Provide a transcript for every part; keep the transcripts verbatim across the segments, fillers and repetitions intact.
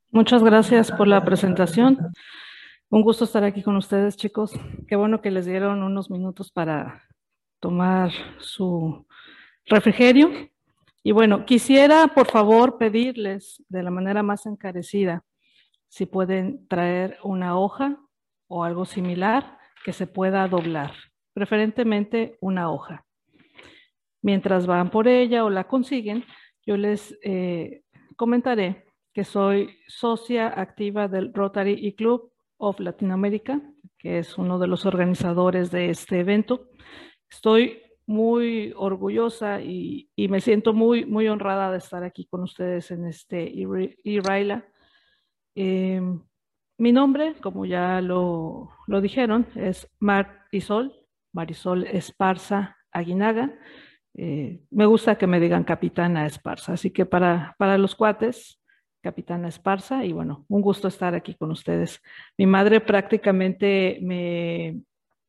Muchas gracias por la presentación. Un gusto estar aquí con ustedes, chicos. Qué bueno que les dieron unos minutos para tomar su refrigerio. Y bueno, quisiera por favor pedirles de la manera más encarecida si pueden traer una hoja o algo similar que se pueda doblar, preferentemente una hoja. Mientras van por ella o la consiguen, yo les eh, comentaré que soy socia activa del Rotary y Club of Latinoamérica, que es uno de los organizadores de este evento. Estoy muy orgullosa y, y me siento muy, muy honrada de estar aquí con ustedes en este e-Raila. Eh, mi nombre, como ya lo, lo dijeron, es Marisol, Marisol Esparza Aguinaga. Eh, me gusta que me digan Capitana Esparza, así que para, para los cuates, Capitana Esparza, y bueno, un gusto estar aquí con ustedes. Mi madre prácticamente me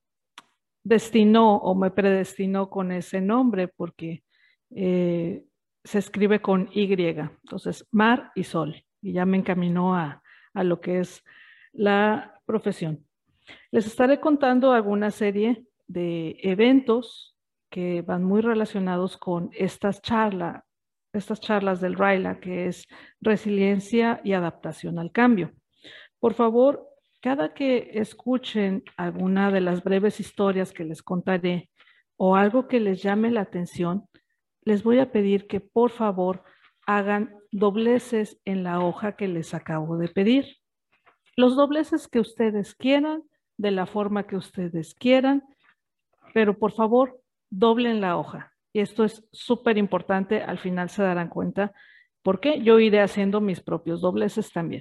destinó o me predestinó con ese nombre porque eh, se escribe con Y, entonces mar y sol, y ya me encaminó a, a lo que es la profesión. Les estaré contando alguna serie de eventos que van muy relacionados con estas charlas, estas charlas del RAILA, que es resiliencia y adaptación al cambio. Por favor, cada que escuchen alguna de las breves historias que les contaré o algo que les llame la atención, les voy a pedir que por favor hagan dobleces en la hoja que les acabo de pedir. Los dobleces que ustedes quieran, de la forma que ustedes quieran, pero por favor, doblen la hoja. Y esto es súper importante, al final se darán cuenta, porque yo iré haciendo mis propios dobleces también.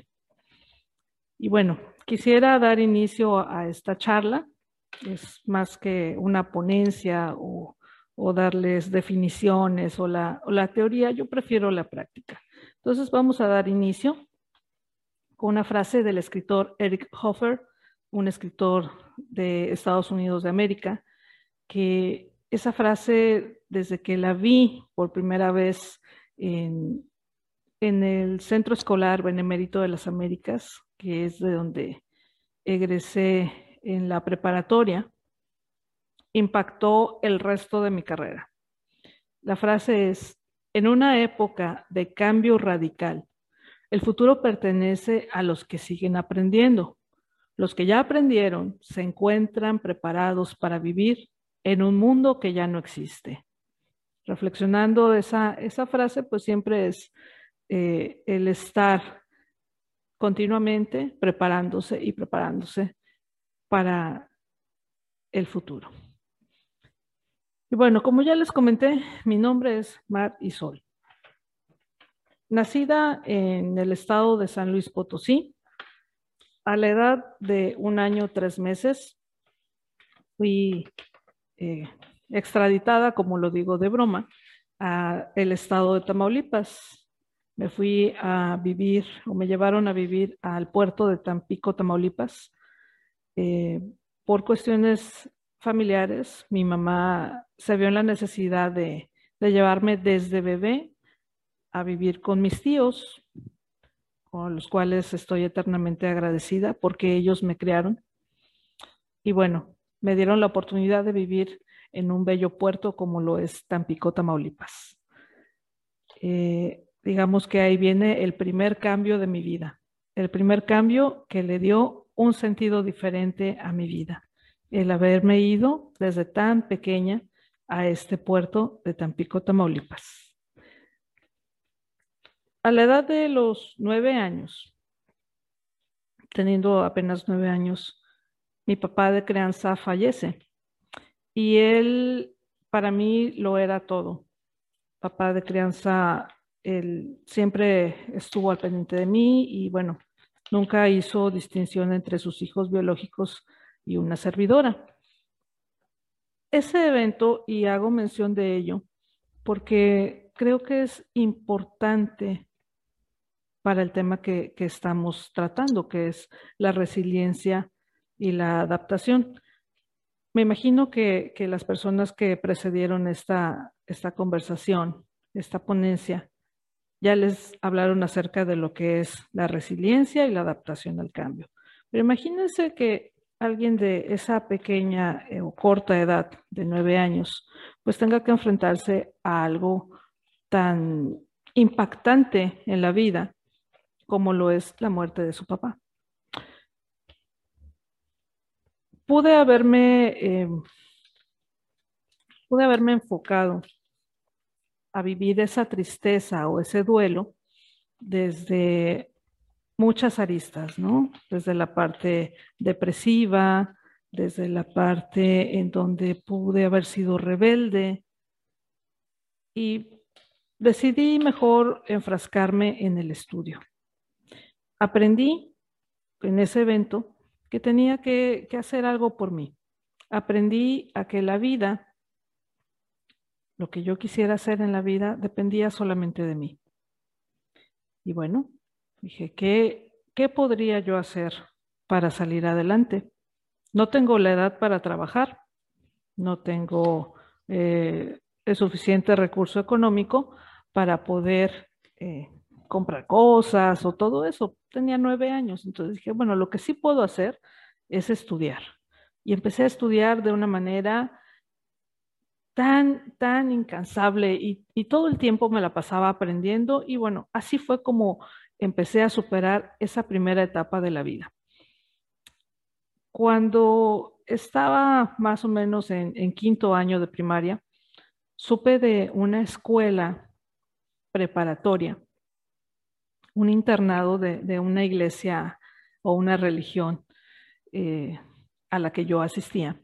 Y bueno, quisiera dar inicio a esta charla. Es más que una ponencia o, o darles definiciones o la, o la teoría, yo prefiero la práctica. Entonces vamos a dar inicio con una frase del escritor Eric Hoffer, un escritor de Estados Unidos de América, que esa frase, desde que la vi por primera vez en, en el Centro Escolar Benemérito de las Américas, que es de donde egresé en la preparatoria, impactó el resto de mi carrera. La frase es: en una época de cambio radical, el futuro pertenece a los que siguen aprendiendo. Los que ya aprendieron se encuentran preparados para vivir en un mundo que ya no existe. Reflexionando esa, esa frase, pues siempre es eh, el estar continuamente preparándose y preparándose para el futuro. Y bueno, como ya les comenté, mi nombre es Mar Isol. Nacida en el estado de San Luis Potosí, a la edad de un año, tres meses, fui eh, extraditada, como lo digo de broma, a el estado de Tamaulipas. Me fui a vivir, o me llevaron a vivir al puerto de Tampico, Tamaulipas. Eh, por cuestiones familiares, mi mamá se vio en la necesidad de, de llevarme desde bebé a vivir con mis tíos, con los cuales estoy eternamente agradecida porque ellos me criaron. Y bueno, me dieron la oportunidad de vivir en un bello puerto como lo es Tampico, Tamaulipas. Eh, digamos que ahí viene el primer cambio de mi vida, el primer cambio que le dio un sentido diferente a mi vida, el haberme ido desde tan pequeña a este puerto de Tampico, Tamaulipas. A la edad de los nueve años, teniendo apenas nueve años, mi papá de crianza fallece y él para mí lo era todo. Papá de crianza, él siempre estuvo al pendiente de mí y bueno, nunca hizo distinción entre sus hijos biológicos y una servidora. Ese evento, y hago mención de ello, porque creo que es importante para el tema que, que estamos tratando, que es la resiliencia y la adaptación. Me imagino que, que las personas que precedieron esta, esta conversación, esta ponencia, ya les hablaron acerca de lo que es la resiliencia y la adaptación al cambio. Pero imagínense que alguien de esa pequeña eh, o corta edad de nueve años, pues tenga que enfrentarse a algo tan impactante en la vida como lo es la muerte de su papá. Pude haberme, eh, pude haberme enfocado a vivir esa tristeza o ese duelo desde muchas aristas, ¿no? Desde la parte depresiva, desde la parte en donde pude haber sido rebelde y decidí mejor enfrascarme en el estudio. Aprendí en ese evento que tenía que, que hacer algo por mí. Aprendí a que la vida, lo que yo quisiera hacer en la vida, dependía solamente de mí. Y bueno, dije, ¿qué, qué podría yo hacer para salir adelante? No tengo la edad para trabajar, no tengo eh, el suficiente recurso económico para poder eh, comprar cosas o todo eso. Tenía nueve años, entonces dije, bueno, lo que sí puedo hacer es estudiar. Y empecé a estudiar de una manera tan, tan incansable y, y todo el tiempo me la pasaba aprendiendo y bueno, así fue como empecé a superar esa primera etapa de la vida. Cuando estaba más o menos en, en quinto año de primaria, supe de una escuela preparatoria, un internado de, de una iglesia o una religión eh, a la que yo asistía.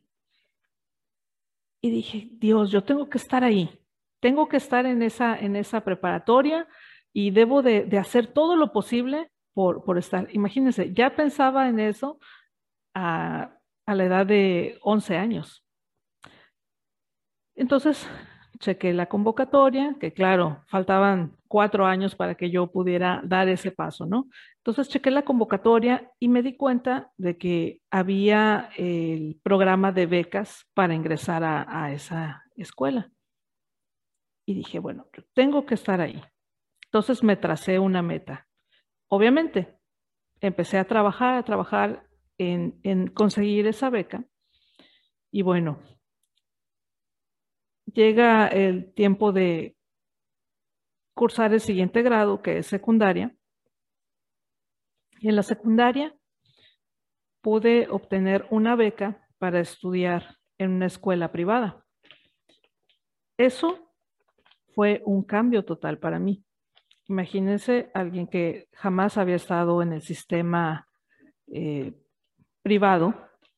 Y dije, Dios, yo tengo que estar ahí, tengo que estar en esa, en esa preparatoria y debo de, de hacer todo lo posible por, por estar. Imagínense, ya pensaba en eso a, a la edad de once años. Entonces, chequé la convocatoria, que claro, faltaban cuatro años para que yo pudiera dar ese paso, ¿no? Entonces, chequé la convocatoria y me di cuenta de que había el programa de becas para ingresar a, a esa escuela. Y dije, bueno, yo tengo que estar ahí. Entonces me tracé una meta. Obviamente, empecé a trabajar, a trabajar en, en conseguir esa beca. Y bueno, llega el tiempo de cursar el siguiente grado, que es secundaria. Y en la secundaria pude obtener una beca para estudiar en una escuela privada. Eso fue un cambio total para mí. Imagínense alguien que jamás había estado en el sistema eh, privado.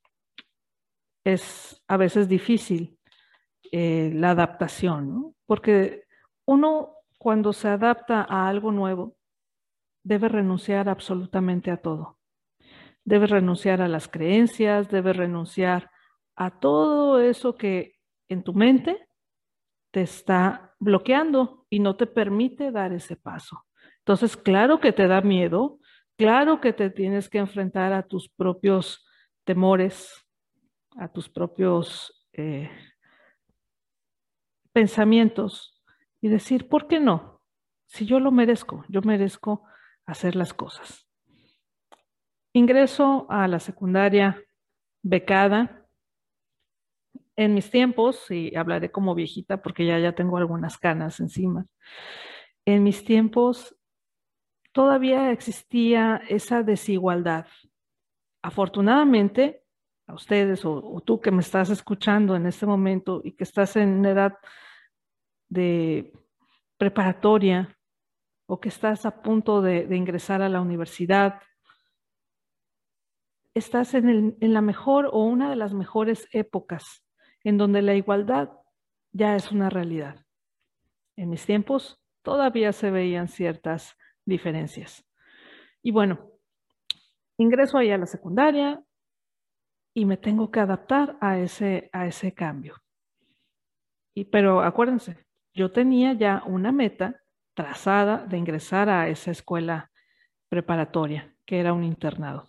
Es a veces difícil eh, la adaptación, ¿no? Porque uno cuando se adapta a algo nuevo debe renunciar absolutamente a todo. Debe renunciar a las creencias, debe renunciar a todo eso que en tu mente te está bloqueando y no te permite dar ese paso. Entonces, claro que te da miedo, claro que te tienes que enfrentar a tus propios temores, a tus propios eh, pensamientos y decir, ¿por qué no? Si yo lo merezco, yo merezco hacer las cosas. Ingreso a la secundaria becada. En mis tiempos, y hablaré como viejita porque ya, ya tengo algunas canas encima, en mis tiempos todavía existía esa desigualdad. Afortunadamente, a ustedes o, o tú que me estás escuchando en este momento y que estás en una edad de preparatoria o que estás a punto de, de ingresar a la universidad, estás en, el, en la mejor o una de las mejores épocas en donde la igualdad ya es una realidad. En mis tiempos todavía se veían ciertas diferencias. Y bueno, ingreso ahí a la secundaria y me tengo que adaptar a ese, a ese cambio. Y, pero acuérdense, yo tenía ya una meta trazada de ingresar a esa escuela preparatoria, que era un internado.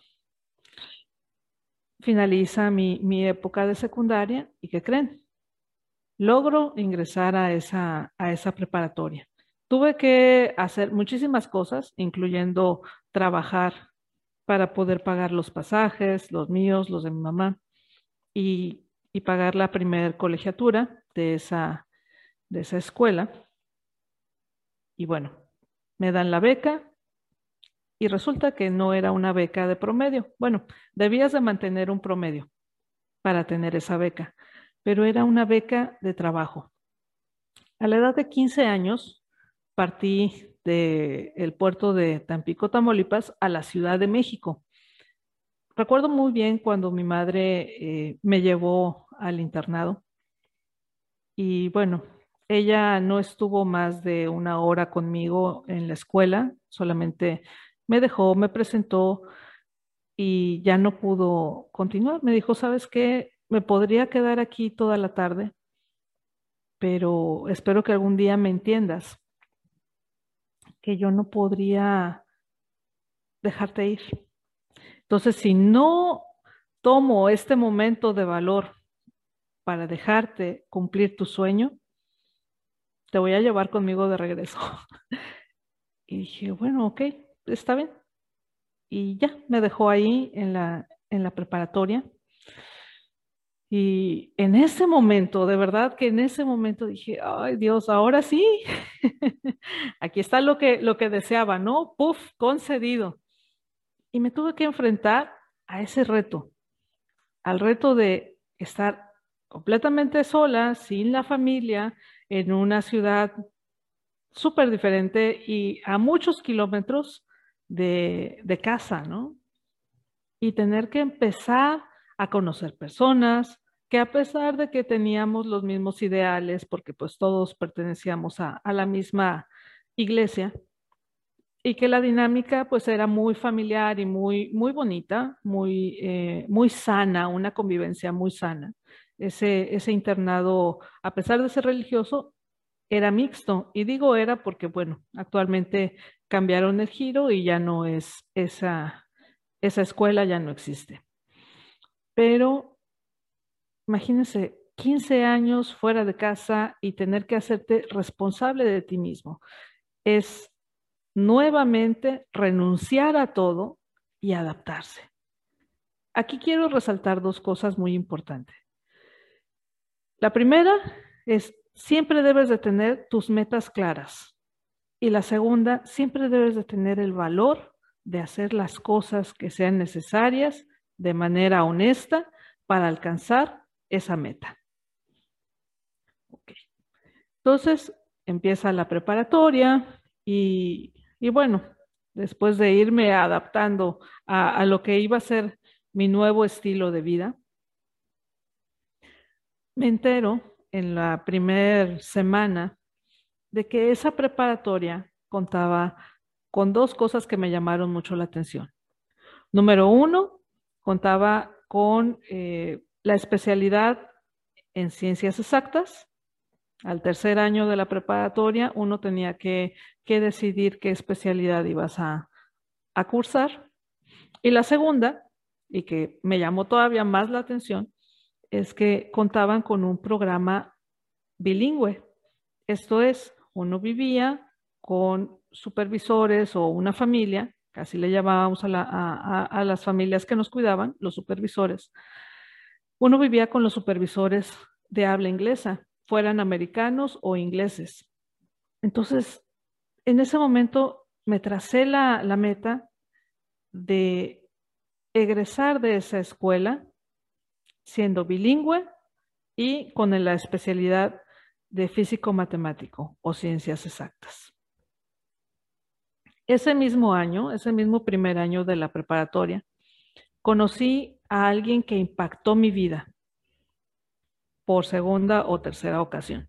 Finaliza mi, mi época de secundaria y ¿qué creen? Logro ingresar a esa, a esa preparatoria. Tuve que hacer muchísimas cosas, incluyendo trabajar para poder pagar los pasajes, los míos, los de mi mamá, y, y pagar la primer colegiatura de esa, de esa escuela. Y bueno, me dan la beca y resulta que no era una beca de promedio. Bueno, debías de mantener un promedio para tener esa beca, pero era una beca de trabajo. A la edad de quince años, partí del puerto de Tampico, Tamaulipas, a la Ciudad de México. Recuerdo muy bien cuando mi madre eh, me llevó al internado y bueno, ella no estuvo más de una hora conmigo en la escuela, solamente me dejó, me presentó y ya no pudo continuar. Me dijo, ¿sabes qué? Me podría quedar aquí toda la tarde, pero espero que algún día me entiendas, que yo no podría dejarte ir. Entonces, si no tomo este momento de valor para dejarte cumplir tu sueño, te voy a llevar conmigo de regreso. Y dije, bueno, ok, está bien. Y ya, me dejó ahí en la, en la preparatoria. Y en ese momento, de verdad que en ese momento dije, ay Dios, ahora sí. Aquí está lo que, lo que deseaba, ¿no? Puf, concedido. Y me tuve que enfrentar a ese reto, al reto de estar completamente sola, sin la familia, en una ciudad súper diferente y a muchos kilómetros de, de casa, ¿no? Y tener que empezar a conocer personas que a pesar de que teníamos los mismos ideales, porque pues todos pertenecíamos a, a la misma iglesia, y que la dinámica pues era muy familiar y muy, muy bonita, muy, eh, muy sana, una convivencia muy sana. Ese, ese internado, a pesar de ser religioso, era mixto. Y digo era porque, bueno, actualmente cambiaron el giro y ya no es esa, esa escuela, ya no existe. Pero imagínense, quince años fuera de casa y tener que hacerte responsable de ti mismo. Es nuevamente renunciar a todo y adaptarse. Aquí quiero resaltar dos cosas muy importantes. La primera es, siempre debes de tener tus metas claras. Y la segunda, siempre debes de tener el valor de hacer las cosas que sean necesarias de manera honesta para alcanzar esa meta. Okay. Entonces, empieza la preparatoria y, y bueno, después de irme adaptando a, a lo que iba a ser mi nuevo estilo de vida, me entero en la primera semana de que esa preparatoria contaba con dos cosas que me llamaron mucho la atención. Número uno, contaba con eh, la especialidad en ciencias exactas. Al tercer año de la preparatoria, uno tenía que, que decidir qué especialidad ibas a, a cursar. Y la segunda, y que me llamó todavía más la atención, es que contaban con un programa bilingüe. Esto es, uno vivía con supervisores o una familia, casi le llamábamos a, la, a, a, a las familias que nos cuidaban, los supervisores. Uno vivía con los supervisores de habla inglesa, fueran americanos o ingleses. Entonces, en ese momento me tracé la, la meta de egresar de esa escuela siendo bilingüe y con la especialidad de físico matemático o ciencias exactas. Ese mismo año, ese mismo primer año de la preparatoria, conocí a alguien que impactó mi vida por segunda o tercera ocasión.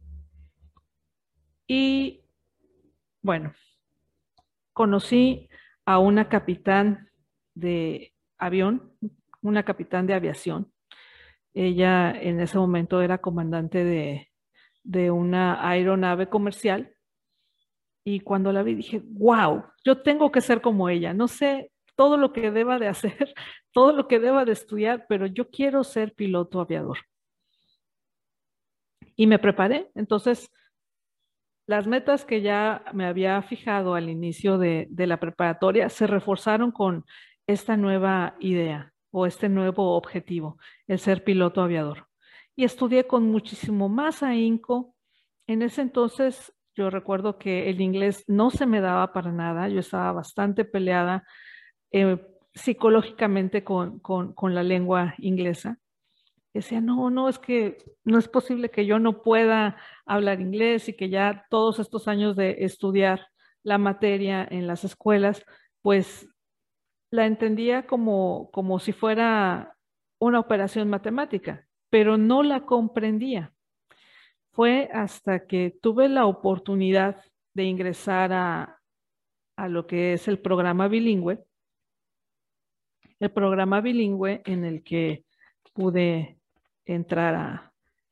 Y bueno, conocí a una capitán de avión, una capitán de aviación. Ella en ese momento era comandante de, de una aeronave comercial. Y cuando la vi dije, wow, yo tengo que ser como ella. No sé todo lo que deba de hacer, todo lo que deba de estudiar, pero yo quiero ser piloto aviador. Y me preparé. Entonces, las metas que ya me había fijado al inicio de, de la preparatoria se reforzaron con esta nueva idea o este nuevo objetivo, el ser piloto aviador. Y estudié con muchísimo más ahínco. En ese entonces yo recuerdo que el inglés no se me daba para nada, yo estaba bastante peleada eh, psicológicamente con, con, con la lengua inglesa. Decía, no, no, es que no es posible que yo no pueda hablar inglés y que ya todos estos años de estudiar la materia en las escuelas, pues la entendía como, como si fuera una operación matemática, pero no la comprendía. Fue hasta que tuve la oportunidad de ingresar a, a lo que es el programa bilingüe, el programa bilingüe en el que pude entrar a,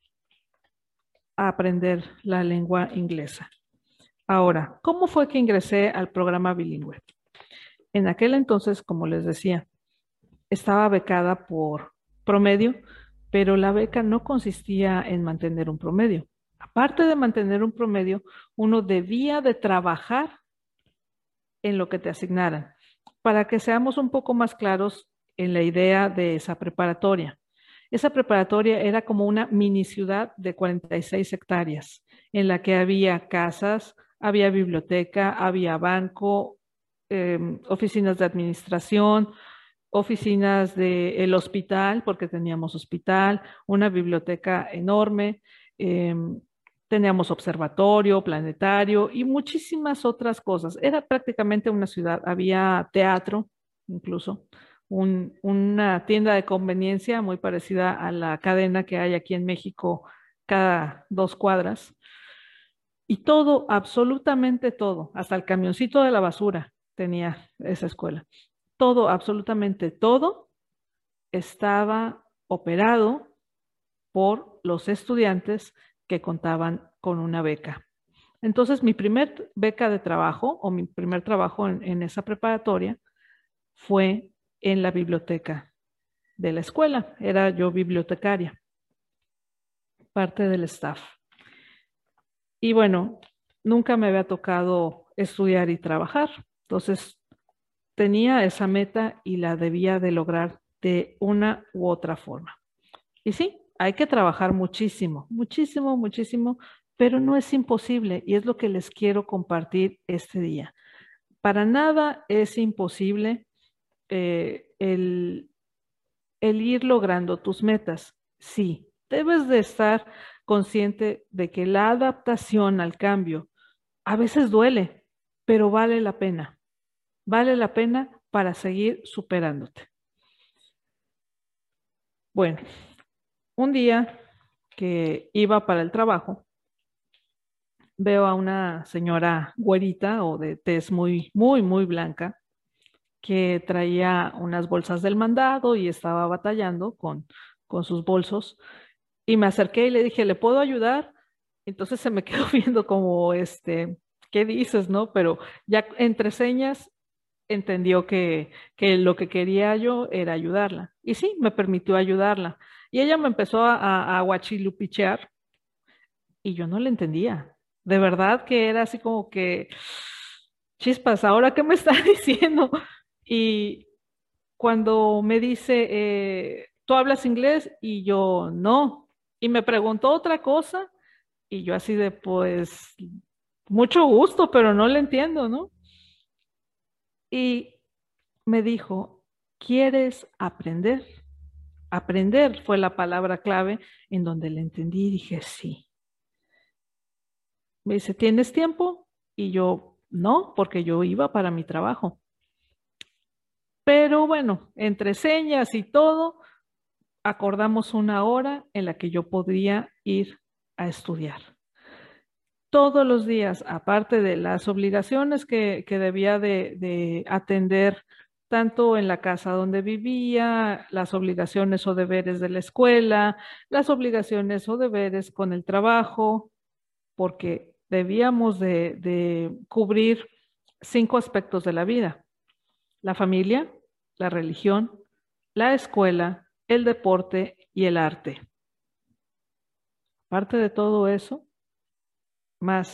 a aprender la lengua inglesa. Ahora, ¿cómo fue que ingresé al programa bilingüe? En aquel entonces, como les decía, estaba becada por promedio, pero la beca no consistía en mantener un promedio. Aparte de mantener un promedio, uno debía de trabajar en lo que te asignaran. Para que seamos un poco más claros en la idea de esa preparatoria. Esa preparatoria era como una mini ciudad de cuarenta y seis hectáreas, en la que había casas, había biblioteca, había banco, eh, oficinas de administración, oficinas del hospital, porque teníamos hospital, una biblioteca enorme, eh, teníamos observatorio, planetario y muchísimas otras cosas. Era prácticamente una ciudad, había teatro incluso, un, una tienda de conveniencia muy parecida a la cadena que hay aquí en México cada dos cuadras. Y todo, absolutamente todo, hasta el camioncito de la basura tenía esa escuela. Todo, absolutamente todo estaba operado por los estudiantes que contaban con una beca. Entonces, mi primer beca de trabajo o mi primer trabajo en, en esa preparatoria fue en la biblioteca de la escuela. Era yo bibliotecaria, parte del staff. Y bueno, nunca me había tocado estudiar y trabajar. Entonces, tenía esa meta y la debía de lograr de una u otra forma. Y sí, hay que trabajar muchísimo, muchísimo, muchísimo, pero no es imposible y es lo que les quiero compartir este día. Para nada es imposible eh, el, el ir logrando tus metas. Sí, debes de estar consciente de que la adaptación al cambio a veces duele, pero vale la pena. Vale la pena para seguir superándote. Bueno, un día que iba para el trabajo, veo a una señora güerita o de tez muy, muy, muy blanca que traía unas bolsas del mandado y estaba batallando con, con sus bolsos. Y me acerqué y le dije, ¿le puedo ayudar? Entonces se me quedó viendo como, este, ¿qué dices, no? Pero ya entre señas entendió que, que lo que quería yo era ayudarla. Y sí, me permitió ayudarla. Y ella me empezó a, a, a guachilupichear y yo no le entendía. De verdad que era así como que, chispas, ¿ahora qué me está diciendo? Y cuando me dice, eh, ¿tú hablas inglés? Y yo no. Y me preguntó otra cosa y yo así de, pues, mucho gusto, pero no le entiendo, ¿no? Y me dijo, ¿quieres aprender? Aprender fue la palabra clave en donde le entendí y dije, sí. Me dice, ¿tienes tiempo? Y yo, no, porque yo iba para mi trabajo. Pero bueno, entre señas y todo, acordamos una hora en la que yo podría ir a estudiar. Todos los días, aparte de las obligaciones que, que debía de, de atender tanto en la casa donde vivía, las obligaciones o deberes de la escuela, las obligaciones o deberes con el trabajo, porque debíamos de, de cubrir cinco aspectos de la vida: la familia, la religión, la escuela, el deporte y el arte. Aparte de todo eso, más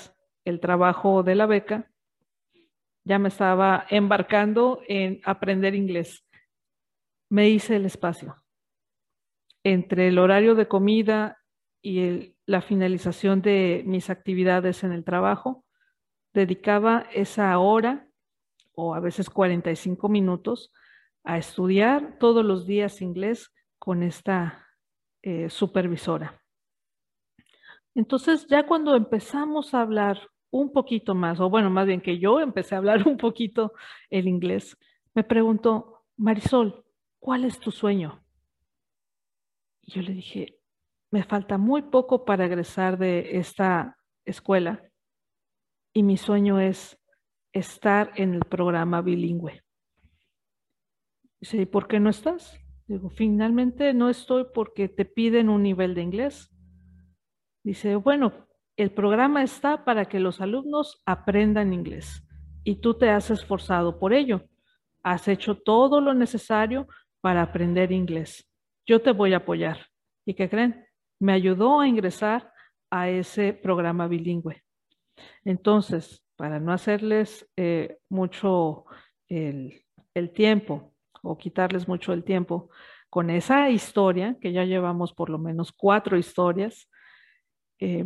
el trabajo de la beca, ya me estaba embarcando en aprender inglés. Me hice el espacio entre el horario de comida y el- la finalización de mis actividades en el trabajo. Dedicaba esa hora o a veces cuarenta y cinco minutos a estudiar todos los días inglés con esta eh, supervisora. Entonces, ya cuando empezamos a hablar un poquito más, o bueno, más bien que yo empecé a hablar un poquito el inglés, me preguntó, Marisol, ¿cuál es tu sueño? Y yo le dije, me falta muy poco para egresar de esta escuela y mi sueño es estar en el programa bilingüe. Dice, ¿y por qué no estás? Digo, finalmente no estoy porque te piden un nivel de inglés. Dice, bueno, el programa está para que los alumnos aprendan inglés y tú te has esforzado por ello. Has hecho todo lo necesario para aprender inglés. Yo te voy a apoyar. ¿Y qué creen? Me ayudó a ingresar a ese programa bilingüe. Entonces, para no hacerles eh, mucho el, el tiempo o quitarles mucho el tiempo, con esa historia, que ya llevamos por lo menos cuatro historias, eh,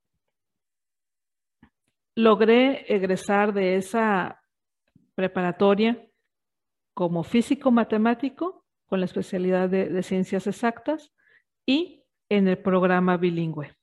logré egresar de esa preparatoria como físico matemático con la especialidad de, de ciencias exactas y en el programa bilingüe.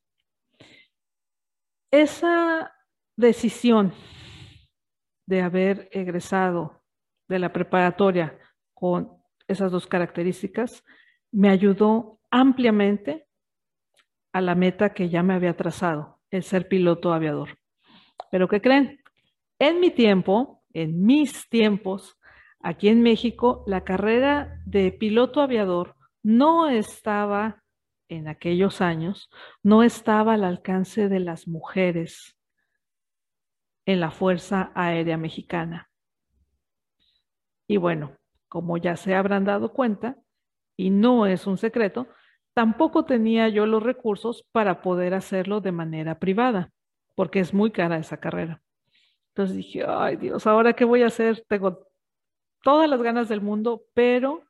Esa decisión de haber egresado de la preparatoria con esas dos características me ayudó ampliamente a la meta que ya me había trazado, el ser piloto aviador. Pero ¿qué creen? En mi tiempo, en mis tiempos, aquí en México, la carrera de piloto aviador no estaba, en aquellos años, no estaba al alcance de las mujeres en la Fuerza Aérea Mexicana. Y bueno, como ya se habrán dado cuenta, y no es un secreto, tampoco tenía yo los recursos para poder hacerlo de manera privada, porque es muy cara esa carrera. Entonces dije, ay Dios, ¿ahora qué voy a hacer? Tengo todas las ganas del mundo, pero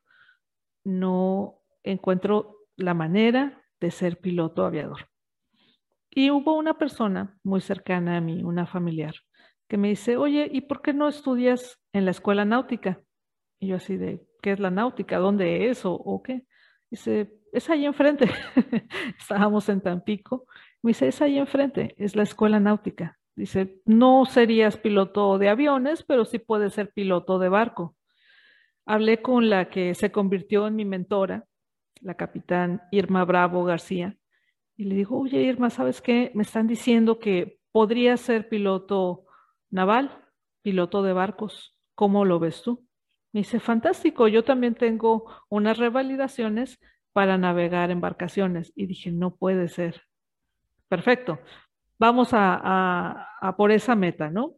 no encuentro la manera de ser piloto aviador. Y hubo una persona muy cercana a mí, una familiar, que me dice, oye, ¿y por qué no estudias en la escuela náutica? Y yo así de, ¿qué es la náutica? ¿Dónde es? ¿O, o qué? Dice, es ahí enfrente. Estábamos en Tampico. Me dice, es ahí enfrente, es la escuela náutica. Dice, no serías piloto de aviones, pero sí puedes ser piloto de barco. Hablé con la que se convirtió en mi mentora, la capitán Irma Bravo García, y le digo, oye Irma, ¿sabes qué? Me están diciendo que podría ser piloto naval, piloto de barcos. ¿Cómo lo ves tú? Me dice, fantástico, yo también tengo unas revalidaciones para navegar embarcaciones. Y dije, no puede ser. Perfecto, vamos a, a, a por esa meta, ¿no?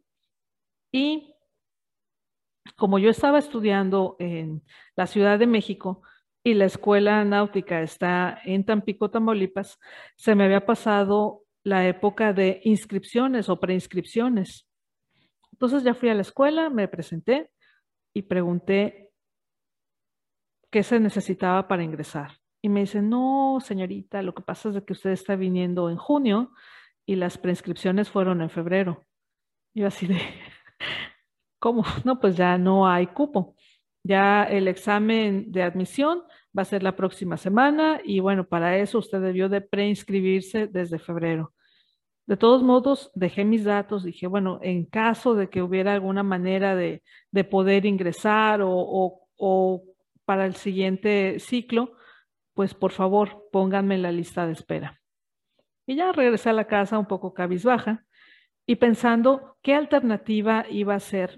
Y como yo estaba estudiando en la Ciudad de México y la escuela náutica está en Tampico, Tamaulipas, se me había pasado la época de inscripciones o preinscripciones. Entonces ya fui a la escuela, me presenté y pregunté qué se necesitaba para ingresar. Y me dicen, no, señorita, lo que pasa es de que usted está viniendo en junio y las preinscripciones fueron en febrero. Y yo así de, ¿cómo? No, pues ya no hay cupo. Ya el examen de admisión va a ser la próxima semana y bueno, para eso usted debió de preinscribirse desde febrero. De todos modos, dejé mis datos, dije, bueno, en caso de que hubiera alguna manera de, de poder ingresar o, o, o para el siguiente ciclo, pues por favor, pónganme en la lista de espera. Y ya regresé a la casa un poco cabizbaja y pensando qué alternativa iba a ser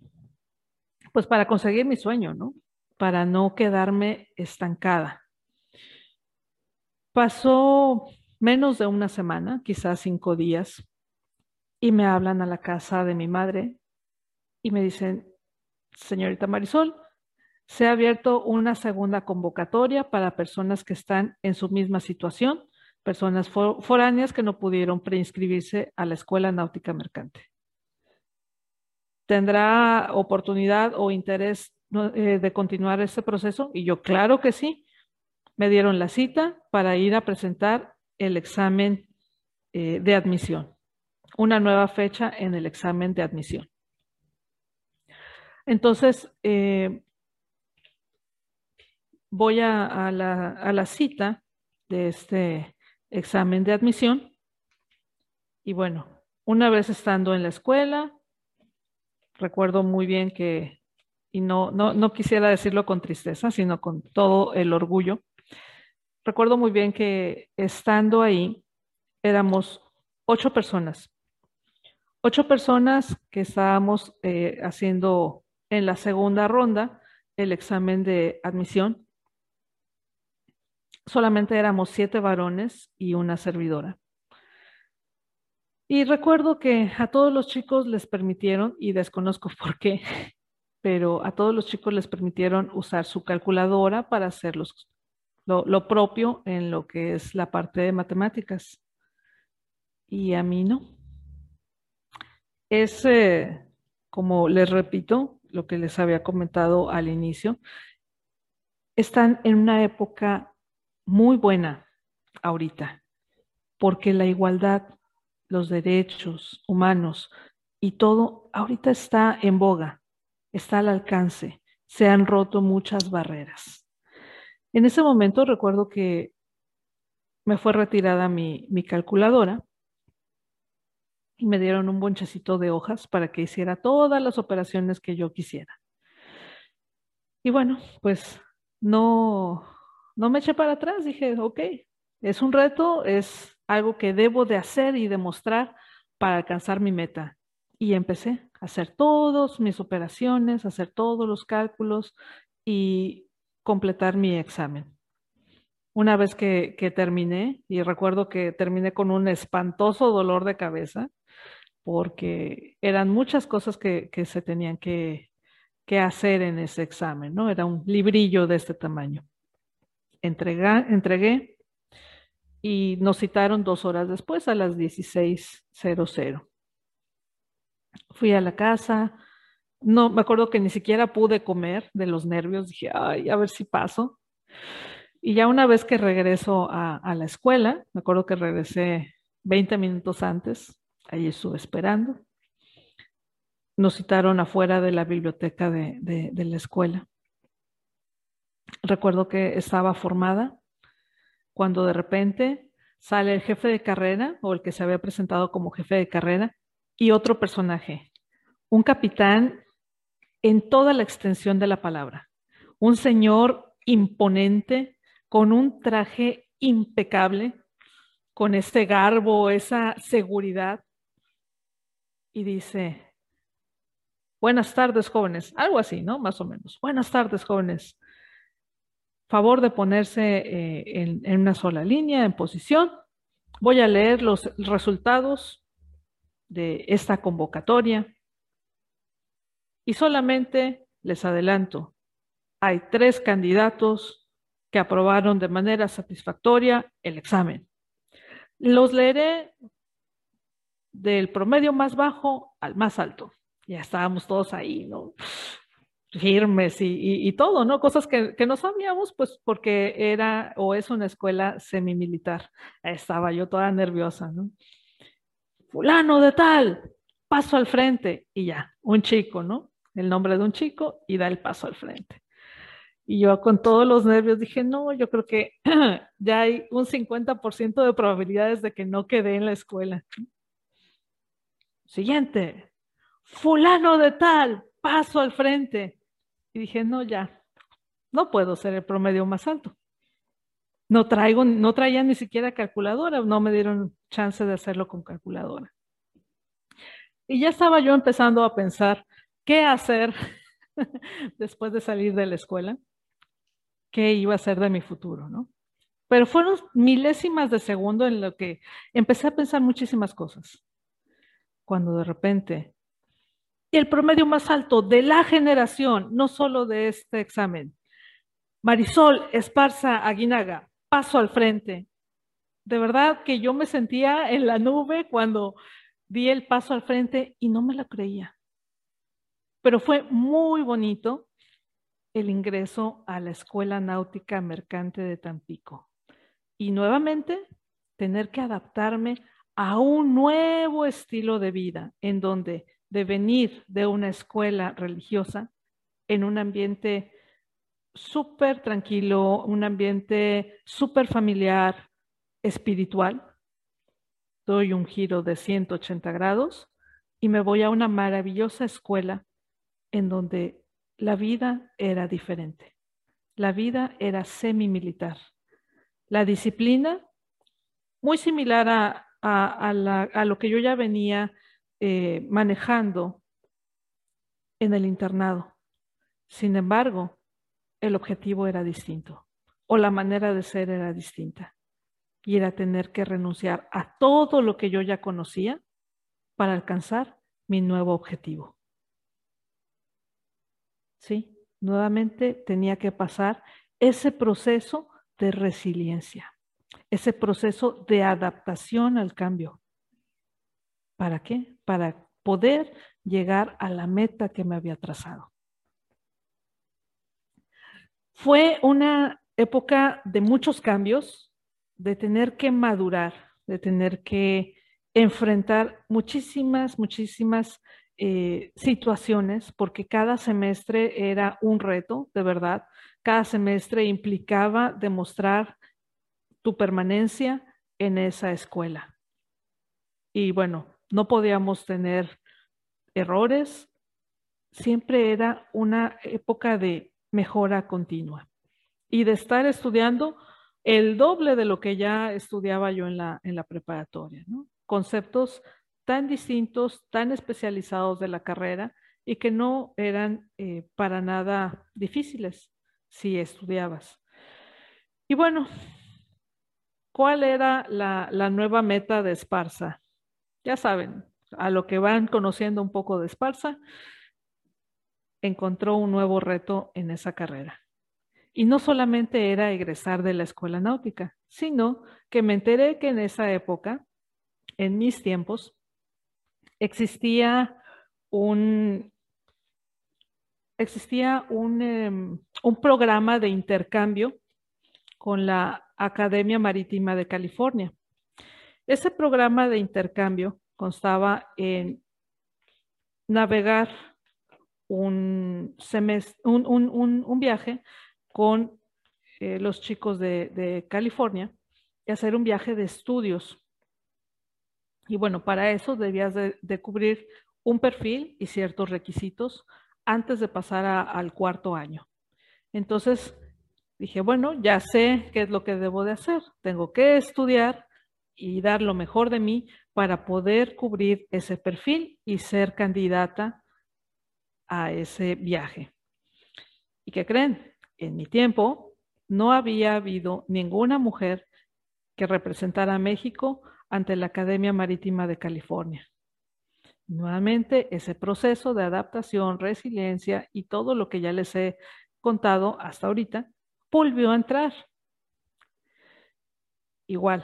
pues para conseguir mi sueño, ¿no? Para no quedarme estancada. Pasó menos de una semana, quizás cinco días, y me hablan a la casa de mi madre y me dicen, señorita Marisol, se ha abierto una segunda convocatoria para personas que están en su misma situación, personas for foráneas que no pudieron preinscribirse a la Escuela Náutica Mercante. ¿Tendrá oportunidad o interés eh, de continuar este proceso? Y yo, claro que sí. Me dieron la cita para ir a presentar el examen eh, de admisión, una nueva fecha en el examen de admisión. Entonces, eh, voy a, a, la, a la cita de este examen de admisión y bueno, una vez estando en la escuela, recuerdo muy bien que, y no, no, no quisiera decirlo con tristeza, sino con todo el orgullo, recuerdo muy bien que estando ahí éramos ocho personas, ocho personas que estábamos eh, haciendo en la segunda ronda el examen de admisión. Solamente éramos siete varones y una servidora. Y recuerdo que a todos los chicos les permitieron, y desconozco por qué, pero a todos los chicos les permitieron usar su calculadora para hacer los, lo, lo propio en lo que es la parte de matemáticas. Y a mí no. Es, eh, como les repito, lo que les había comentado al inicio, están en una época muy buena ahorita, porque la igualdad, los derechos humanos y todo ahorita está en boga, está al alcance, se han roto muchas barreras. En ese momento recuerdo que me fue retirada mi, mi calculadora y me dieron un bonchecito de hojas para que hiciera todas las operaciones que yo quisiera. Y bueno, pues no, no me eché para atrás, dije, ok, es un reto, es algo que debo de hacer y demostrar para alcanzar mi meta. Y empecé a hacer todas mis operaciones, a hacer todos los cálculos y completar mi examen. Una vez que, que terminé, y recuerdo que terminé con un espantoso dolor de cabeza, porque eran muchas cosas que, que se tenían que, que hacer en ese examen, ¿no? Era un librillo de este tamaño. Entregué, entregué y nos citaron dos horas después, a las dieciséis cero cero. Fui a la casa, no, me acuerdo que ni siquiera pude comer de los nervios, dije, ay, a ver si paso. Y ya una vez que regreso a, a la escuela, me acuerdo que regresé veinte minutos antes, ahí estuve esperando. Nos citaron afuera de la biblioteca de, de, de la escuela. Recuerdo que estaba formada cuando de repente sale el jefe de carrera o el que se había presentado como jefe de carrera y otro personaje, un capitán en toda la extensión de la palabra, un señor imponente con un traje impecable, con este garbo, esa seguridad y dice, buenas tardes jóvenes, algo así, ¿no? Más o menos, buenas tardes jóvenes. Favor de ponerse eh, en, en una sola línea, en posición. Voy a leer los resultados de esta convocatoria. Y solamente les adelanto, hay tres candidatos que aprobaron de manera satisfactoria el examen. Los leeré del promedio más bajo al más alto. Ya estábamos todos ahí, ¿no? Firmes y, y, y todo, ¿no? Cosas que, que no sabíamos, pues porque era o es una escuela semimilitar. Estaba yo toda nerviosa, ¿no? Fulano de tal, paso al frente y ya, un chico, ¿no? El nombre de un chico y da el paso al frente. Y yo con todos los nervios dije, no, yo creo que ya hay un cincuenta por ciento de probabilidades de que no quede en la escuela. Siguiente, fulano de tal, paso al frente. Y dije, no, ya, no puedo ser el promedio más alto. No traigo, no traía ni siquiera calculadora, no me dieron chance de hacerlo con calculadora. Y ya estaba yo empezando a pensar qué hacer después de salir de la escuela, qué iba a hacer de mi futuro, ¿no? Pero fueron milésimas de segundo en lo que empecé a pensar muchísimas cosas. Cuando de repente, y el promedio más alto de la generación, no solo de este examen, Marisol Esparza Aguinaga, paso al frente. De verdad que yo me sentía en la nube cuando di el paso al frente y no me lo creía. Pero fue muy bonito el ingreso a la Escuela Náutica Mercante de Tampico. Y nuevamente tener que adaptarme a un nuevo estilo de vida, en donde de venir de una escuela religiosa en un ambiente súper tranquilo, un ambiente súper familiar, espiritual, doy un giro de ciento ochenta grados y me voy a una maravillosa escuela en donde la vida era diferente. La vida era semi-militar. La disciplina, muy similar a, a, a, la, a lo que yo ya venía eh, manejando en el internado. Sin embargo, el objetivo era distinto o la manera de ser era distinta y era tener que renunciar a todo lo que yo ya conocía para alcanzar mi nuevo objetivo. Sí, nuevamente tenía que pasar ese proceso de resiliencia, ese proceso de adaptación al cambio. ¿Para qué? Para poder llegar a la meta que me había trazado. Fue una época de muchos cambios, de tener que madurar, de tener que enfrentar muchísimas, muchísimas eh, situaciones, porque cada semestre era un reto, de verdad. Cada semestre implicaba demostrar tu permanencia en esa escuela. Y bueno, no podíamos tener errores, siempre era una época de mejora continua y de estar estudiando el doble de lo que ya estudiaba yo en la, en la preparatoria, ¿no? Conceptos tan distintos, tan especializados de la carrera y que no eran eh, para nada difíciles si estudiabas. Y bueno, ¿cuál era la, la nueva meta de Esparza? Ya saben, a lo que van conociendo un poco de Esparza, encontró un nuevo reto en esa carrera. Y no solamente era egresar de la escuela náutica, sino que me enteré que en esa época, en mis tiempos, existía un, existía un, um, un programa de intercambio con la Academia Marítima de California. Ese programa de intercambio constaba en navegar un, semestre, un, un, un, un viaje con eh, los chicos de, de California y hacer un viaje de estudios. Y bueno, para eso debías de, de cubrir un perfil y ciertos requisitos antes de pasar a, al cuarto año. Entonces dije, bueno, ya sé qué es lo que debo de hacer. Tengo que estudiar y dar lo mejor de mí para poder cubrir ese perfil y ser candidata a ese viaje. ¿Y qué creen? En mi tiempo no había habido ninguna mujer que representara a México ante la Academia Marítima de California. Nuevamente, ese proceso de adaptación, resiliencia y todo lo que ya les he contado hasta ahorita, volvió a entrar. Igual,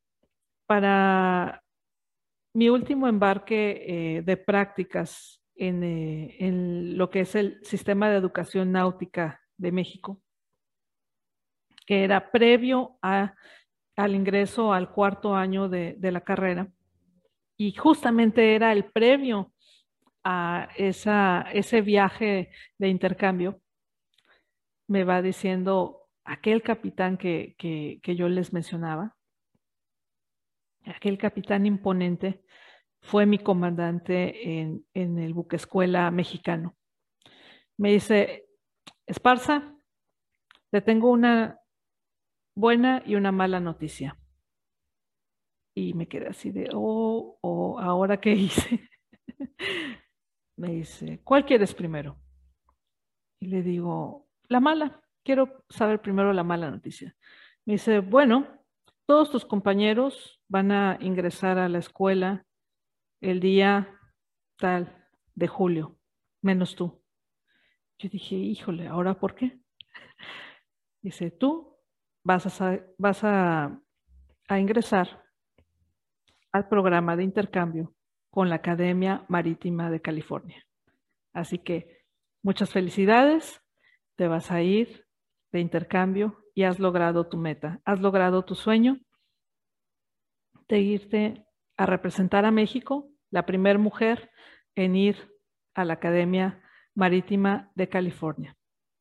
para mi último embarque eh, de prácticas en, eh, en lo que es el sistema de educación náutica de México, que era previo a, al ingreso al cuarto año de, de la carrera, y justamente era el previo a esa, ese viaje de intercambio, me va diciendo aquel capitán que, que, que yo les mencionaba, aquel capitán imponente, fue mi comandante en, en el buque escuela mexicano. Me dice, Esparza, te tengo una buena y una mala noticia. Y me quedé así de, oh, oh, ¿ahora qué hice? Me dice, ¿cuál quieres primero? Y le digo, la mala, quiero saber primero la mala noticia. Me dice, bueno, todos tus compañeros van a ingresar a la escuela el día tal de julio, menos tú. Yo dije, híjole, ¿ahora por qué? Dice, tú vas a, vas a a ingresar al programa de intercambio con la Academia Marítima de California. Así que muchas felicidades, te vas a ir de intercambio y has logrado tu meta, has logrado tu sueño de irte a representar a México, la primera mujer en ir a la Academia Marítima de California.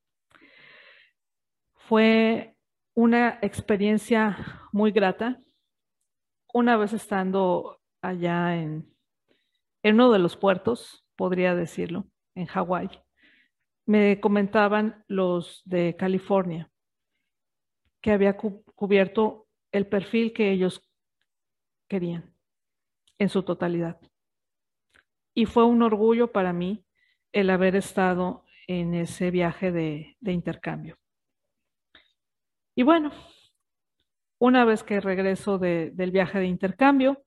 Fue una experiencia muy grata. Una vez estando allá en, en uno de los puertos, podría decirlo, en Hawái, me comentaban los de California que había cu- cubierto el perfil que ellos querían en su totalidad. Y fue un orgullo para mí el haber estado en ese viaje de, de intercambio. Y bueno, una vez que regreso de, del viaje de intercambio,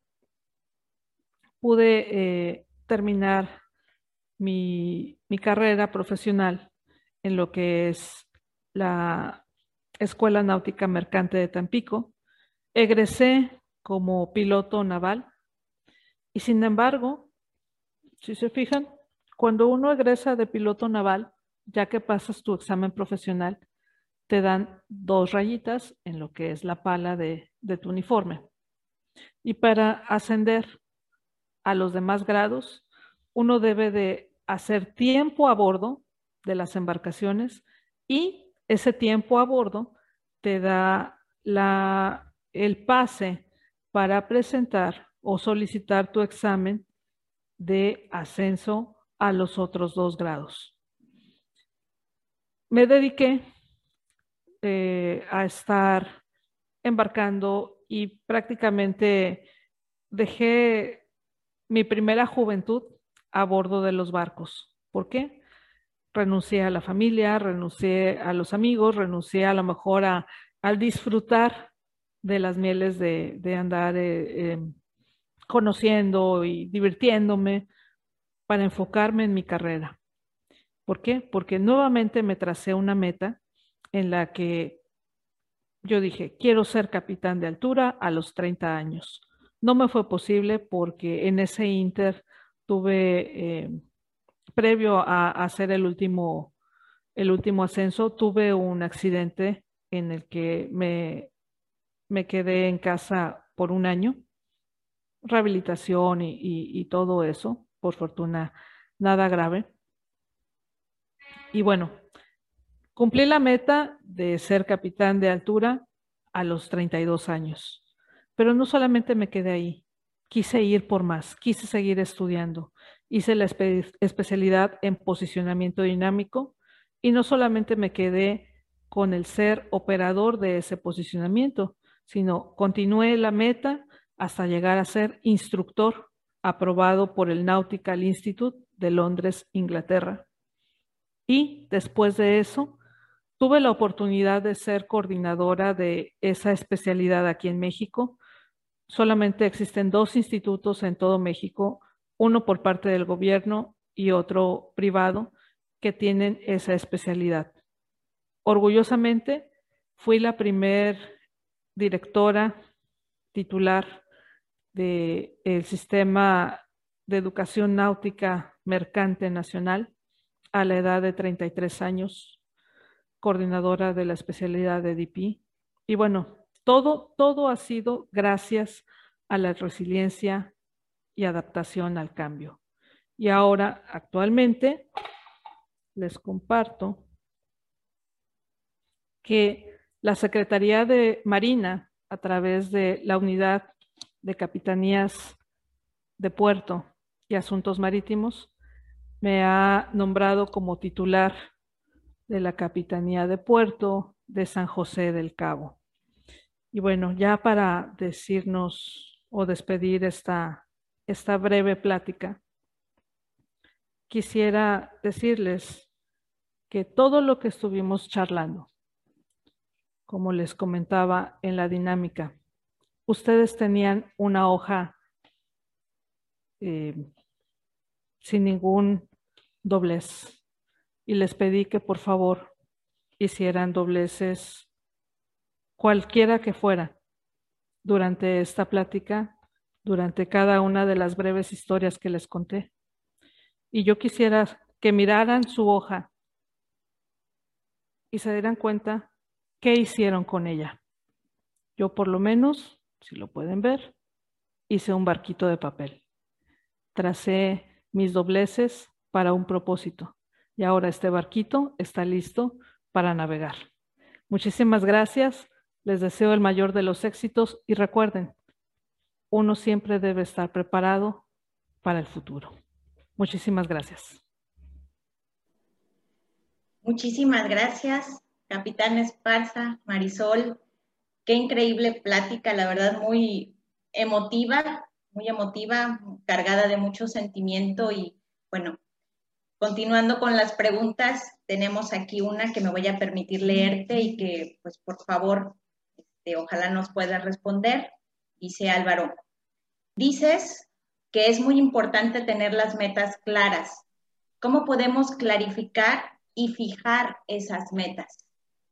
pude eh, terminar mi, mi carrera profesional en lo que es la Escuela Náutica Mercante de Tampico. Egresé como piloto naval y sin embargo, si se fijan, cuando uno egresa de piloto naval, ya que pasas tu examen profesional, te dan dos rayitas en lo que es la pala de, de tu uniforme. Y para ascender a los demás grados, uno debe de hacer tiempo a bordo de las embarcaciones y ese tiempo a bordo te da la, el pase para presentar o solicitar tu examen de ascenso a los otros dos grados. Me dediqué eh, a estar embarcando y prácticamente dejé mi primera juventud a bordo de los barcos. ¿Por qué? Renuncié a la familia, renuncié a los amigos, renuncié a lo mejor a, al disfrutar de las mieles de, de andar eh, eh, conociendo y divirtiéndome para enfocarme en mi carrera. ¿Por qué? Porque nuevamente me tracé una meta en la que yo dije, quiero ser capitán de altura a los treinta años. No me fue posible porque en ese inter tuve, eh, previo a, a hacer el último, el último ascenso, tuve un accidente en el que me, me quedé en casa por un año, rehabilitación y, y, y todo eso, por fortuna, nada grave. Y bueno, cumplí la meta de ser capitán de altura a los treinta y dos años, pero no solamente me quedé ahí, quise ir por más, quise seguir estudiando. Hice la espe especialidad en posicionamiento dinámico y no solamente me quedé con el ser operador de ese posicionamiento, sino continué la meta hasta llegar a ser instructor aprobado por el Nautical Institute de Londres, Inglaterra. Y después de eso, tuve la oportunidad de ser coordinadora de esa especialidad aquí en México. Solamente existen dos institutos en todo México, uno por parte del gobierno y otro privado, que tienen esa especialidad. Orgullosamente, fui la primer directora titular del sistema de educación náutica mercante nacional a la edad de treinta y tres años, coordinadora de la especialidad de D P. Y bueno, todo, todo ha sido gracias a la resiliencia y adaptación al cambio. Y ahora, actualmente, les comparto que la Secretaría de Marina, a través de la Unidad de Capitanías de Puerto y Asuntos Marítimos, me ha nombrado como titular de la Capitanía de Puerto de San José del Cabo. Y bueno, ya para decirnos o despedir esta, esta breve plática, quisiera decirles que todo lo que estuvimos charlando, como les comentaba en la dinámica, ustedes tenían una hoja eh, sin ningún doblez y les pedí que por favor hicieran dobleces cualquiera que fuera, durante esta plática, durante cada una de las breves historias que les conté. Y yo quisiera que miraran su hoja y se dieran cuenta qué hicieron con ella. Yo por lo menos, si lo pueden ver, hice un barquito de papel. Tracé mis dobleces para un propósito y ahora este barquito está listo para navegar. Muchísimas gracias, les deseo el mayor de los éxitos y recuerden, uno siempre debe estar preparado para el futuro. Muchísimas gracias. Muchísimas gracias, Capitán Esparza, Marisol. Qué increíble plática, la verdad, muy emotiva, muy emotiva, cargada de mucho sentimiento. Y bueno, continuando con las preguntas, tenemos aquí una que me voy a permitir leerte y que, pues, por favor, este, ojalá nos puedas responder. Dice Álvaro, dices que es muy importante tener las metas claras. ¿Cómo podemos clarificar y fijar esas metas?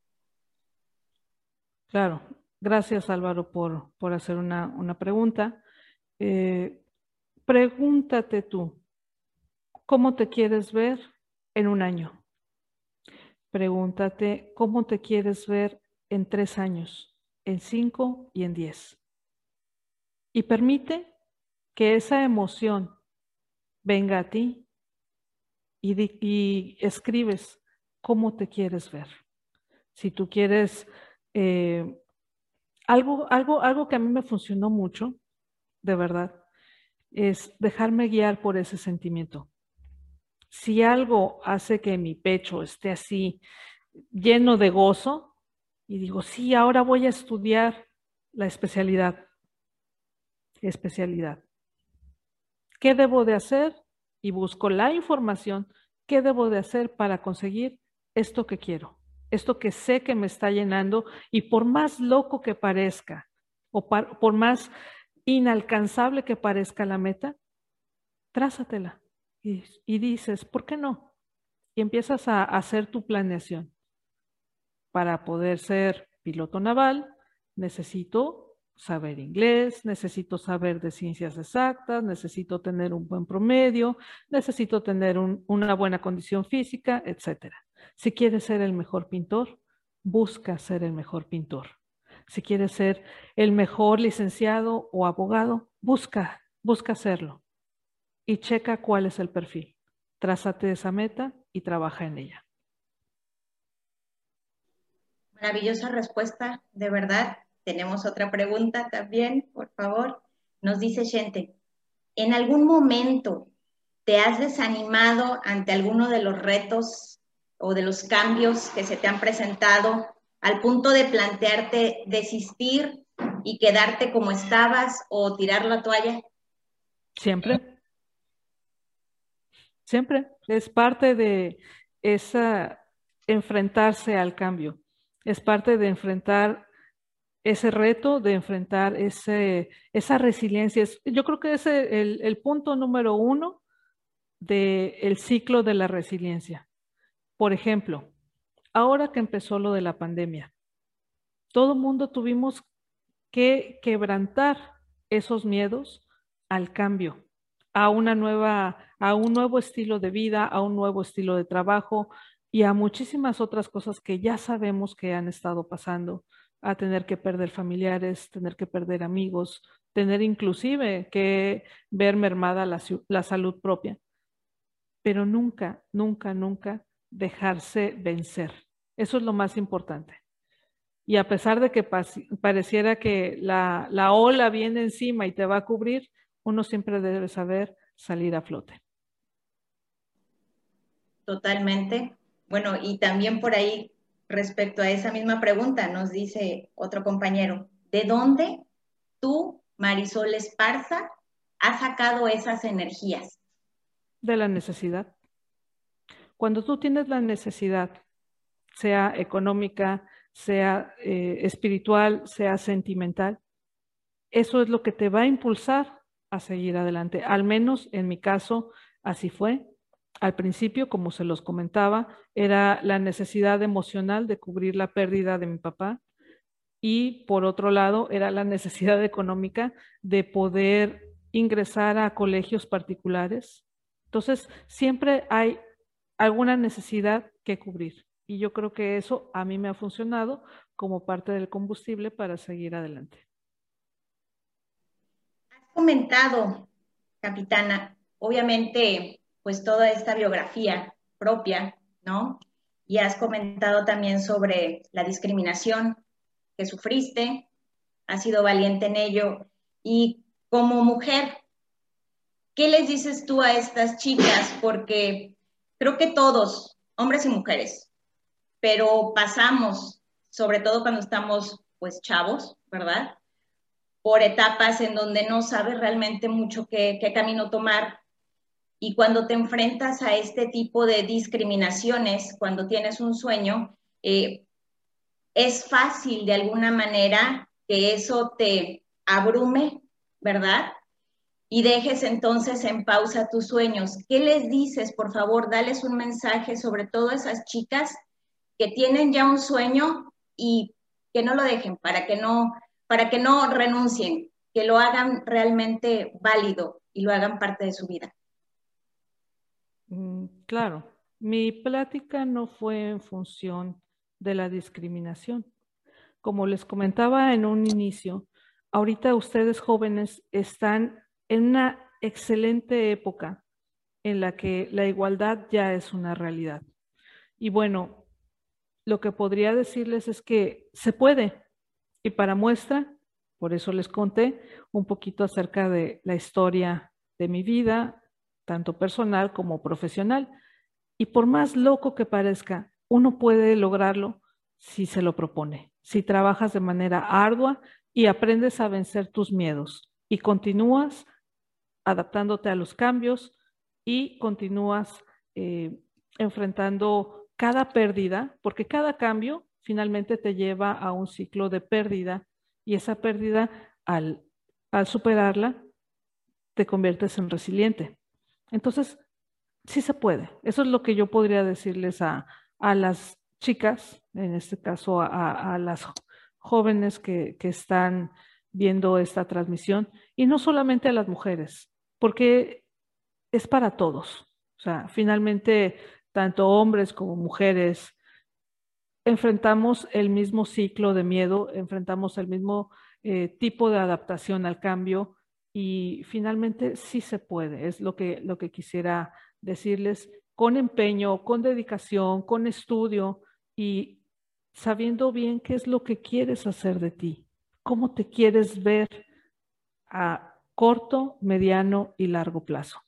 Claro, gracias Álvaro por, por hacer una, una pregunta. Eh, pregúntate tú, ¿cómo te quieres ver en un año? Pregúntate, ¿cómo te quieres ver en tres años, en cinco y en diez? Y permite que esa emoción venga a ti y, di, y escribes cómo te quieres ver. Si tú quieres, eh, algo, algo, algo que a mí me funcionó mucho, de verdad, es dejarme guiar por ese sentimiento. Si algo hace que mi pecho esté así lleno de gozo y digo, sí, ahora voy a estudiar la especialidad, especialidad. ¿Qué debo de hacer? Y busco la información, ¿qué debo de hacer para conseguir esto que quiero? Esto que sé que me está llenando y por más loco que parezca o par, por más inalcanzable que parezca la meta, trázatela y, y dices, ¿por qué no? Y empiezas a hacer tu planeación. Para poder ser piloto naval, necesito saber inglés, necesito saber de ciencias exactas, necesito tener un buen promedio, necesito tener un, una buena condición física, etcétera. Si quieres ser el mejor pintor, busca ser el mejor pintor. Si quieres ser el mejor licenciado o abogado, busca, busca hacerlo. Y checa cuál es el perfil. Trázate esa meta y trabaja en ella. Maravillosa respuesta, de verdad. Tenemos otra pregunta también, por favor. Nos dice Shente, ¿en algún momento te has desanimado ante alguno de los retos o de los cambios que se te han presentado al punto de plantearte desistir y quedarte como estabas o tirar la toalla? Siempre. Siempre es parte de esa enfrentarse al cambio, es parte de enfrentar ese reto, de enfrentar ese, esa resiliencia. Es, yo creo que es el, el punto número uno del ciclo de la resiliencia. Por ejemplo, ahora que empezó lo de la pandemia, todo el mundo tuvimos que quebrantar esos miedos al cambio, a una nueva, a un nuevo estilo de vida, a un nuevo estilo de trabajo y a muchísimas otras cosas que ya sabemos que han estado pasando, a tener que perder familiares, tener que perder amigos, tener inclusive que ver mermada la, la salud propia, pero nunca, nunca, nunca dejarse vencer. Eso es lo más importante. Y a pesar de que pareciera que la, la ola viene encima y te va a cubrir, uno siempre debe saber salir a flote. Totalmente. Bueno, y también por ahí, respecto a esa misma pregunta, nos dice otro compañero, ¿de dónde tú, Marisol Esparza, has sacado esas energías? De la necesidad. Cuando tú tienes la necesidad, sea económica, sea eh, espiritual, sea sentimental, eso es lo que te va a impulsar a seguir adelante. Al menos en mi caso, así fue. Al principio, como se los comentaba, era la necesidad emocional de cubrir la pérdida de mi papá. y por otro lado era la necesidad económica de poder ingresar a colegios particulares. Entonces, siempre hay alguna necesidad que cubrir y yo creo que eso a mí me ha funcionado como parte del combustible para seguir adelante. Has comentado, capitana, obviamente, pues toda esta biografía propia, ¿no? Y has comentado también sobre la discriminación que sufriste, has sido valiente en ello. Y como mujer, ¿qué les dices tú a estas chicas? Porque creo que todos, hombres y mujeres, pero pasamos, sobre todo cuando estamos pues chavos, ¿verdad? Por etapas en donde no sabes realmente mucho qué, qué camino tomar. Y cuando te enfrentas a este tipo de discriminaciones, cuando tienes un sueño, eh, es fácil de alguna manera que eso te abrume, ¿verdad? Y dejes entonces en pausa tus sueños. ¿Qué les dices? Por favor, dales un mensaje, sobre todo a esas chicas que tienen ya un sueño y que no lo dejen, para que no, para que no renuncien, que lo hagan realmente válido y lo hagan parte de su vida. Mm, claro, mi plática no fue en función de la discriminación. Como les comentaba en un inicio, ahorita ustedes jóvenes están en una excelente época en la que la igualdad ya es una realidad. Y bueno, lo que podría decirles es que se puede. Y para muestra, por eso les conté un poquito acerca de la historia de mi vida, tanto personal como profesional. Y por más loco que parezca, uno puede lograrlo si se lo propone, si trabajas de manera ardua y aprendes a vencer tus miedos y continúas adaptándote a los cambios y continúas eh, enfrentando cada pérdida, porque cada cambio finalmente te lleva a un ciclo de pérdida y esa pérdida al, al superarla te conviertes en resiliente. Entonces, sí se puede. Eso es lo que yo podría decirles a, a las chicas, en este caso a, a las jóvenes que, que están viendo esta transmisión, y no solamente a las mujeres, porque es para todos. O sea, finalmente, tanto hombres como mujeres enfrentamos el mismo ciclo de miedo, enfrentamos el mismo eh, tipo de adaptación al cambio y finalmente sí se puede, es lo que, lo que quisiera decirles, con empeño, con dedicación, con estudio y sabiendo bien qué es lo que quieres hacer de ti, cómo te quieres ver a corto, mediano y largo plazo.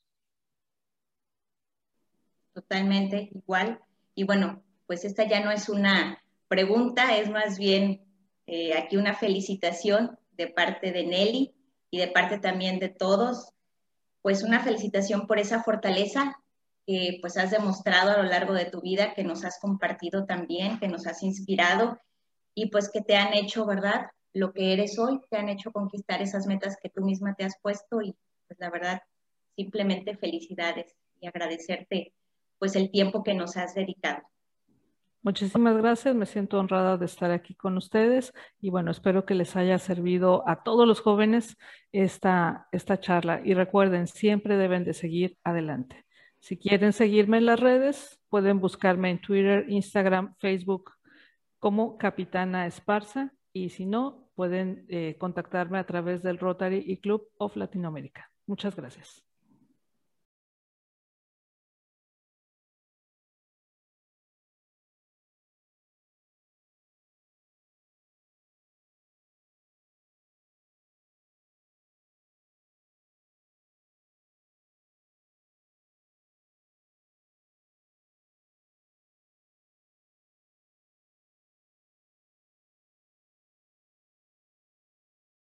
Totalmente igual. Y bueno, pues esta ya no es una pregunta, es más bien eh, aquí una felicitación de parte de Nelly y de parte también de todos. Pues una felicitación por esa fortaleza que pues has demostrado a lo largo de tu vida, que nos has compartido también, que nos has inspirado y pues que te han hecho, ¿verdad? Lo que eres hoy, te han hecho conquistar esas metas que tú misma te has puesto y pues la verdad, simplemente felicidades y agradecerte pues el tiempo que nos has dedicado. Muchísimas gracias, me siento honrada de estar aquí con ustedes y bueno, espero que les haya servido a todos los jóvenes esta, esta charla y recuerden, siempre deben de seguir adelante. Si quieren seguirme en las redes, pueden buscarme en Twitter, Instagram, Facebook como Capitana Esparza y si no, pueden eh, contactarme a través del Rotary y Club of Latinoamérica. Muchas gracias.